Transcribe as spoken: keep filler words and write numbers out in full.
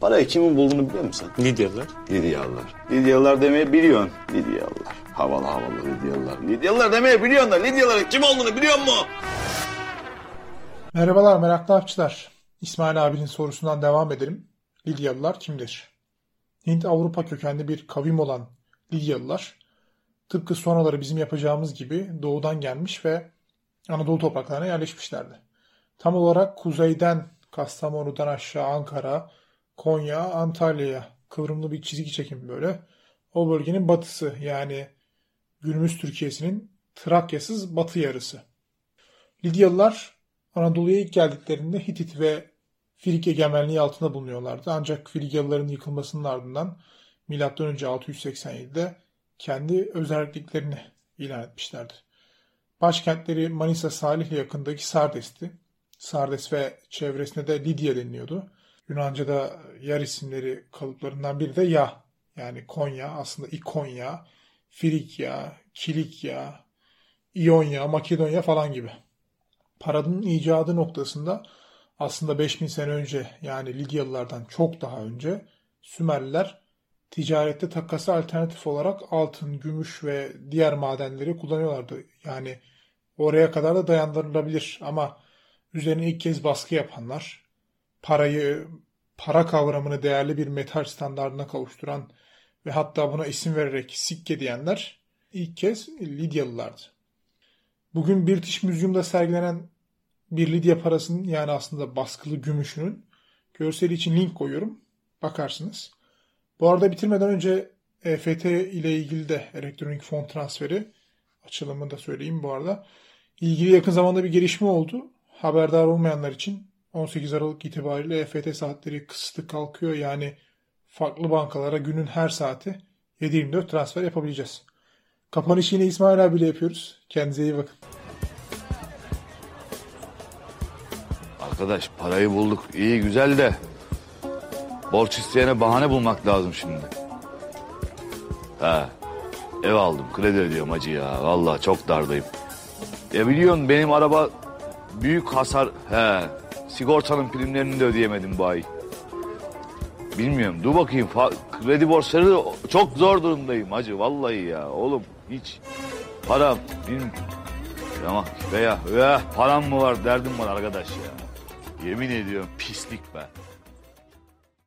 Parayı kimin bulduğunu biliyor musun? Lidyalılar. Lidyalılar. Lidyalılar demeyi biliyorsun. Lidyalılar. Havalı havalı Lidyalılar. Lidyalılar demeyi biliyorsun da Lidyalıların kim olduğunu biliyor musun? Merhabalar meraklı avcılar. İsmail abinin sorusundan devam edelim. Lidyalılar kimdir? Hint-Avrupa kökenli bir kavim olan Lidyalılar, tıpkı sonraları bizim yapacağımız gibi doğudan gelmiş ve Anadolu topraklarına yerleşmişlerdi. Tam olarak kuzeyden Kastamonu'dan aşağı Ankara, Konya, Antalya'ya kıvrımlı bir çizgi çekim böyle. O bölgenin batısı, yani günümüz Türkiye'sinin Trakya'sız batı yarısı. Lidyalılar Anadolu'ya ilk geldiklerinde Hitit ve Filik egemenliği altında bulunuyorlardı. Ancak Frigyalıların yıkılmasının ardından milattan önce altı yüz seksen yedide kendi özerkliklerini ilan etmişlerdi. Başkentleri Manisa Salihli yakındaki Sardes'ti. Sardes ve çevresine de Lidya deniliyordu. Yunanca'da yer isimleri kalıplarından biri de Ya. Yani Konya, aslında İkonya, Frikya, Kilikya, İonya, Makedonya falan gibi. Paranın icadı noktasında aslında beş bin sene önce, yani Lidyalılardan çok daha önce Sümerliler ticarette takası alternatif olarak altın, gümüş ve diğer madenleri kullanıyorlardı. Yani oraya kadar da dayandırılabilir ama üzerine ilk kez baskı yapanlar, parayı, para kavramını değerli bir metal standardına kavuşturan ve hatta buna isim vererek sikke diyenler ilk kez Lidyalılardı. Bugün British Museum'da sergilenen bir Lidya parasının, yani aslında baskılı gümüşünün görseli için link koyuyorum. Bakarsınız. Bu arada bitirmeden önce E F T ile ilgili de elektronik fon transferi açılımını da söyleyeyim bu arada. İlgili yakın zamanda bir gelişme oldu. Haberdar olmayanlar için on sekiz Aralık itibariyle E F T saatleri kısıtlı kalkıyor. Yani farklı bankalara günün her saati yedi yirmi dört transfer yapabileceğiz. Kapanışı yine İsmail abiyle yapıyoruz. Kendinize iyi bakın. Arkadaş parayı bulduk. İyi güzel de borç isteyene bahane bulmak lazım şimdi. He. Ev aldım. Kredi ödüyorum hacı ya. Vallahi çok dardayım. Ya biliyorsun benim araba büyük hasar. He. Sigortanın primlerini de ödeyemedim bu ay. Bilmiyorum. Dur bakayım. Fa- kredi borçları çok zor durumdayım hacı. Vallahi ya. Oğlum hiç param. Bilmiyorum. Ama veya, veya param mı var derdim var arkadaş ya. Yemin ediyorum pislik be.